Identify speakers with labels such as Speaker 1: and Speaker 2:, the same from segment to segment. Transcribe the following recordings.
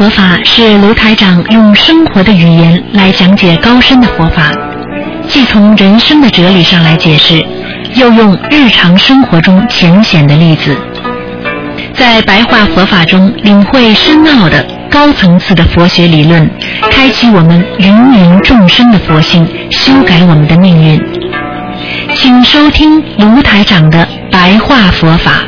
Speaker 1: 佛法是卢台长用生活的语言来讲解高深的佛法，既从人生的哲理上来解释，又用日常生活中浅显的例子，在白话佛法中领会深奥的高层次的佛学理论，开启我们芸芸众生的佛性，修改我们的命运。请收听卢台长的白话佛法。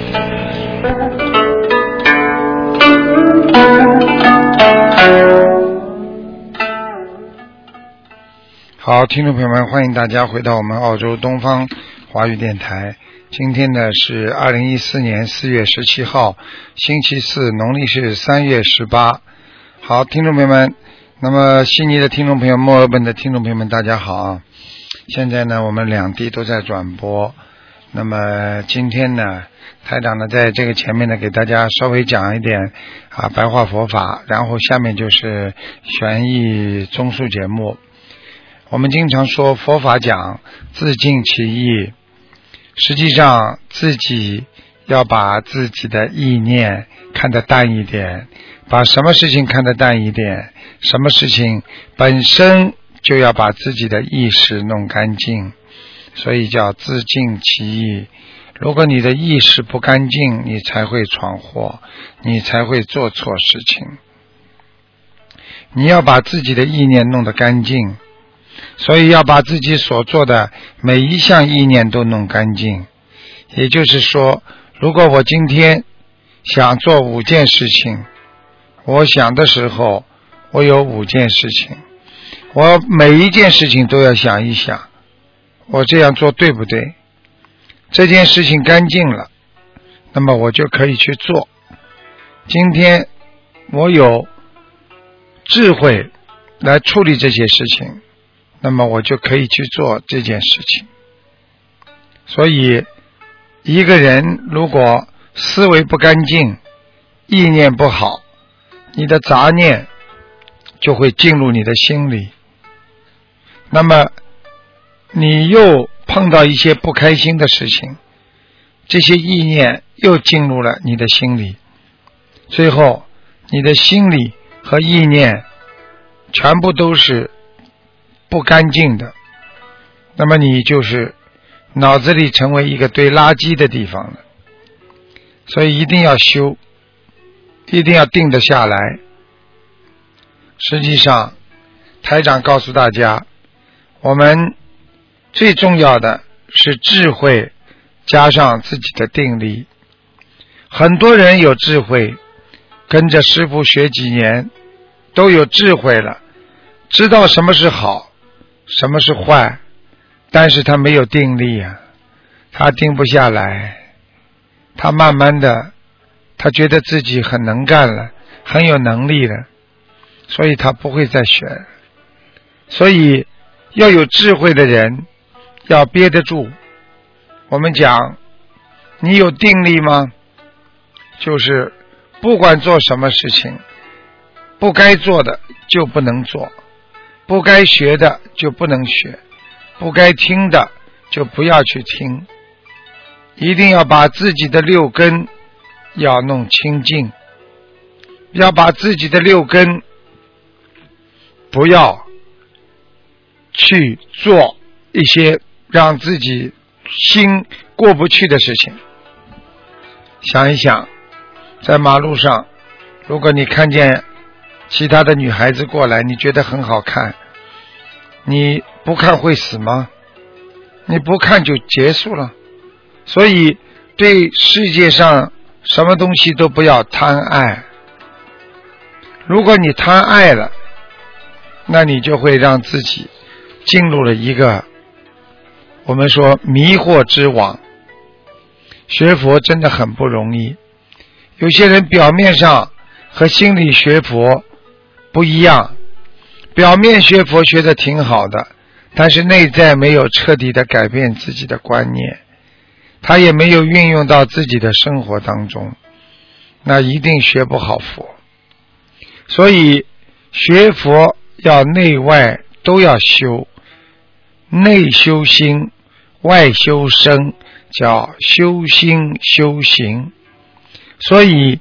Speaker 2: 好，听众朋友们，欢迎大家回到我们澳洲东方华语电台。今天呢是2014年4月17号，星期四，农历是3月18。好，听众朋友们，那么悉尼的听众朋友、墨尔本的听众朋友们，大家好。现在呢，我们两地都在转播。那么今天呢，台长呢在这个前面呢给大家稍微讲一点白话佛法，然后下面就是悬疑综述节目。我们经常说佛法讲自尽其意，实际上自己要把自己的意念看得淡一点，把什么事情看得淡一点，什么事情本身就要把自己的意识弄干净，所以叫自尽其意。如果你的意识不干净，你才会闯祸，你才会做错事情。你要把自己的意念弄得干净，所以要把自己所做的每一项意念都弄干净。也就是说，如果我今天想做5件事情，我想的时候我有5件事情，我每一件事情都要想一想，我这样做对不对？这件事情干净了，那么我就可以去做。今天我有智慧来处理这些事情，那么我就可以去做这件事情。所以一个人如果思维不干净，意念不好，你的杂念就会进入你的心里，那么你又碰到一些不开心的事情，这些意念又进入了你的心里，最后你的心里和意念全部都是不干净的，那么你就是脑子里成为一个堆垃圾的地方了。所以一定要修，一定要定得下来。实际上台长告诉大家，我们最重要的是智慧加上自己的定力。很多人有智慧，跟着师父学几年都有智慧了，知道什么是好什么是坏，但是他没有定力啊，他定不下来，他慢慢的他觉得自己很能干了，很有能力了，所以他不会再学。所以要有智慧的人要憋得住。我们讲你有定力吗？就是不管做什么事情，不该做的就不能做，不该学的就不能学，不该听的就不要去听，一定要把自己的6根要弄清净，要把自己的6根不要去做一些让自己心过不去的事情。想一想，在马路上，如果你看见其他的女孩子过来，你觉得很好看，你不看会死吗？你不看就结束了。所以对世界上什么东西都不要贪爱。如果你贪爱了，那你就会让自己进入了一个我们说迷惑之网。学佛真的很不容易，有些人表面上和心里学佛不一样，表面学佛学得挺好的，但是内在没有彻底的改变自己的观念，他也没有运用到自己的生活当中，那一定学不好佛。所以学佛要内外都要修，内修心，外修身，叫修心修行。所以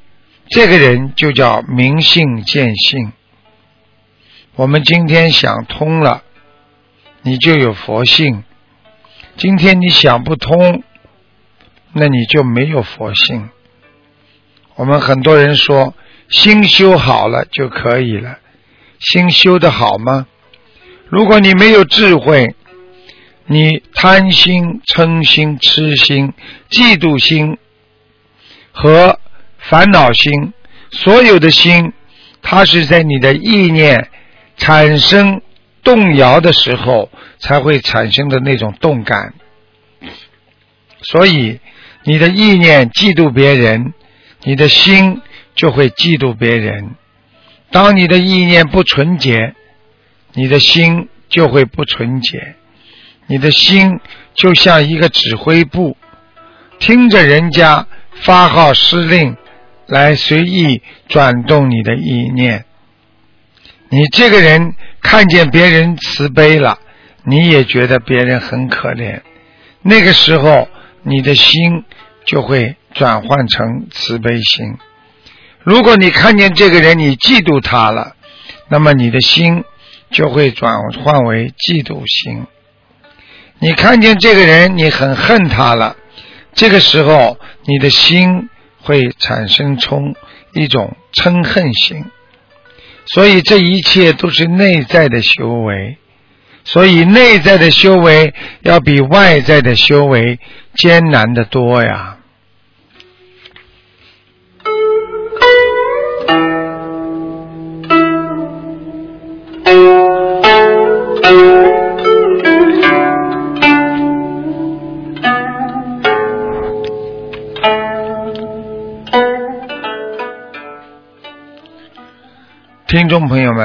Speaker 2: 这个人就叫明性见性。我们今天想通了，你就有佛性；今天你想不通，那你就没有佛性。我们很多人说心修好了就可以了，心修得好吗？如果你没有智慧，你贪心、嗔心、痴心、嫉妒心和烦恼心，所有的心，它是在你的意念产生动摇的时候才会产生的那种动感。所以你的意念嫉妒别人，你的心就会嫉妒别人。当你的意念不纯洁，你的心就会不纯洁。你的心就像一个指挥部，听着人家发号施令来随意转动你的意念。你这个人看见别人慈悲了，你也觉得别人很可怜，那个时候你的心就会转换成慈悲心。如果你看见这个人你嫉妒他了，那么你的心就会转换为嫉妒心。你看见这个人你很恨他了，这个时候你的心会产生出一种嗔恨心。所以这一切都是内在的修为，所以内在的修为要比外在的修为艰难得多呀。听众朋友们，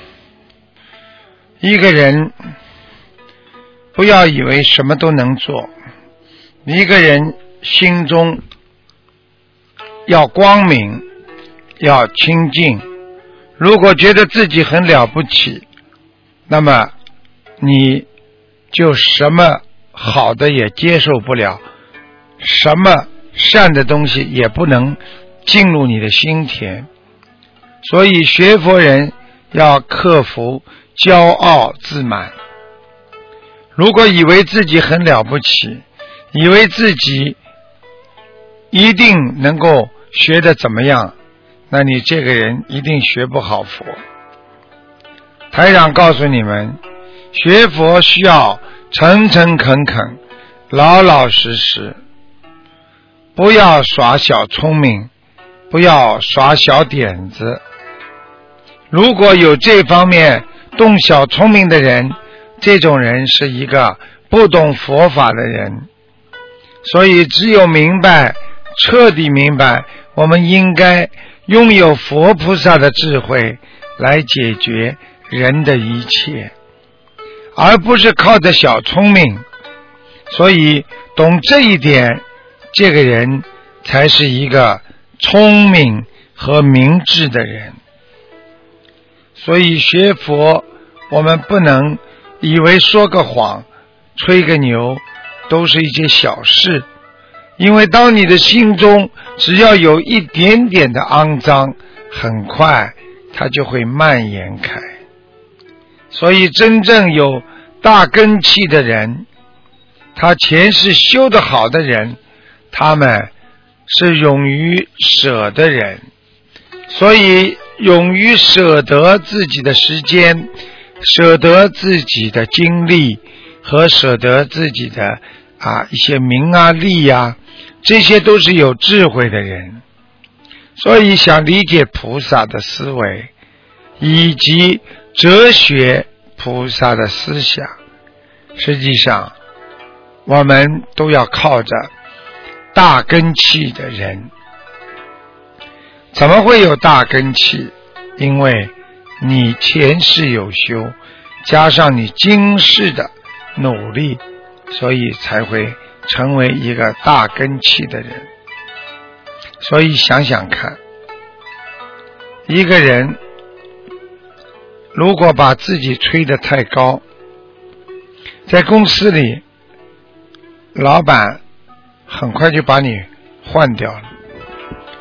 Speaker 2: 一个人不要以为什么都能做，一个人心中要光明，要清净。如果觉得自己很了不起，那么你就什么好的也接受不了，什么善的东西也不能进入你的心田。所以学佛人要克服骄傲自满。如果以为自己很了不起，以为自己一定能够学得怎么样，那你这个人一定学不好佛。台长告诉你们，学佛需要诚诚恳恳，老老实实，不要耍小聪明，不要耍小点子。如果有这方面动小聪明的人，这种人是一个不懂佛法的人。所以只有明白，彻底明白，我们应该拥有佛菩萨的智慧来解决人的一切，而不是靠着小聪明。所以懂这一点，这个人才是一个聪明和明智的人。所以学佛，我们不能以为说个谎，吹个牛都是一些小事。因为当你的心中只要有一点点的肮脏，很快它就会蔓延开。所以真正有大根器的人，他前世修得好的人，他们是勇于舍的人。所以勇于舍得自己的时间，舍得自己的精力，和舍得自己的一些名啊利啊，这些都是有智慧的人。所以想理解菩萨的思维，以及哲学菩萨的思想，实际上我们都要靠着大根器的人。怎么会有大根器？因为你前世有修，加上你今世的努力，所以才会成为一个大根器的人。所以想想看，一个人如果把自己吹得太高，在公司里老板很快就把你换掉了。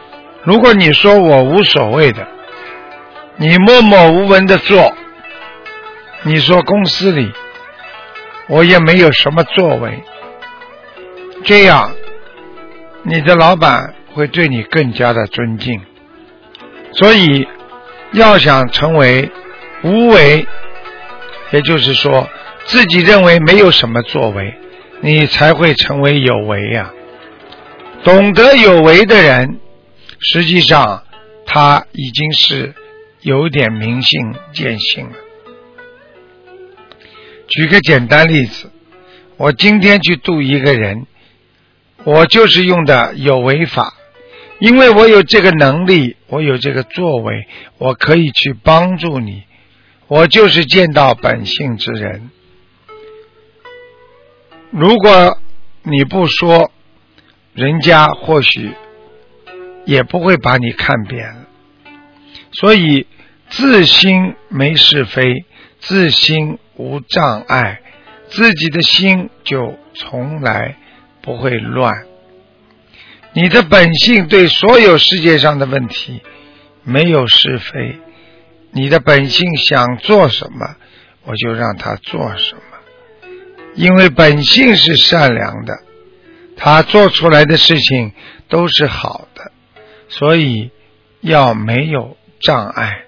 Speaker 2: 如果你说我无所谓的，你默默无闻的做，你说公司里我也没有什么作为，这样你的老板会对你更加的尊敬。所以要想成为无为，也就是说自己认为没有什么作为，你才会成为有为啊。懂得有为的人，实际上他已经是有点明性见性了。举个简单例子，我今天去度一个人，我就是用的有为法，因为我有这个能力，我有这个作为，我可以去帮助你，我就是见到本性之人。如果你不说，人家或许也不会把你看扁了。所以自心没是非，自心无障碍，自己的心就从来不会乱。你的本性对所有世界上的问题没有是非，你的本性想做什么我就让他做什么，因为本性是善良的，他做出来的事情都是好的，所以要没有障碍。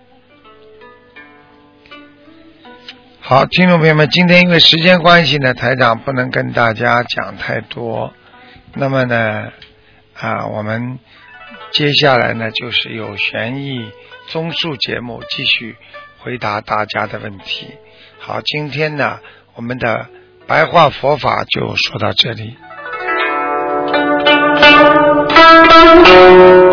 Speaker 2: 好，听众朋友们，今天因为时间关系呢，台长不能跟大家讲太多，那么呢我们接下来呢就是有悬疑综述节目继续回答大家的问题。好，今天呢我们的白话佛法就说到这里。